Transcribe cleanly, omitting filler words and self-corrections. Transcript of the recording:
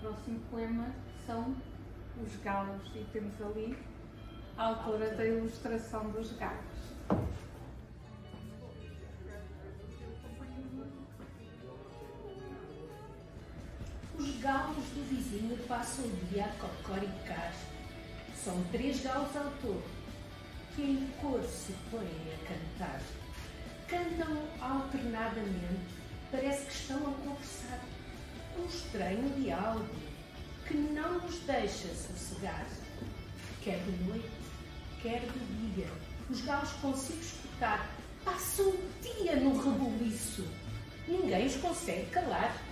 próximo poema são os galos, e temos ali a autora da ilustração dos galos. Os galos do vizinho passam o dia a cocoricar. São 3 galos ao todo, que em cor se põem a cantar. Cantam alternadamente, parece que estão a conversar. Um estranho diálogo que não nos deixa sossegar. Quer de noite, quer de dia, os galos consigo escutar. Passam o dia num rebuliço. Ninguém os consegue calar.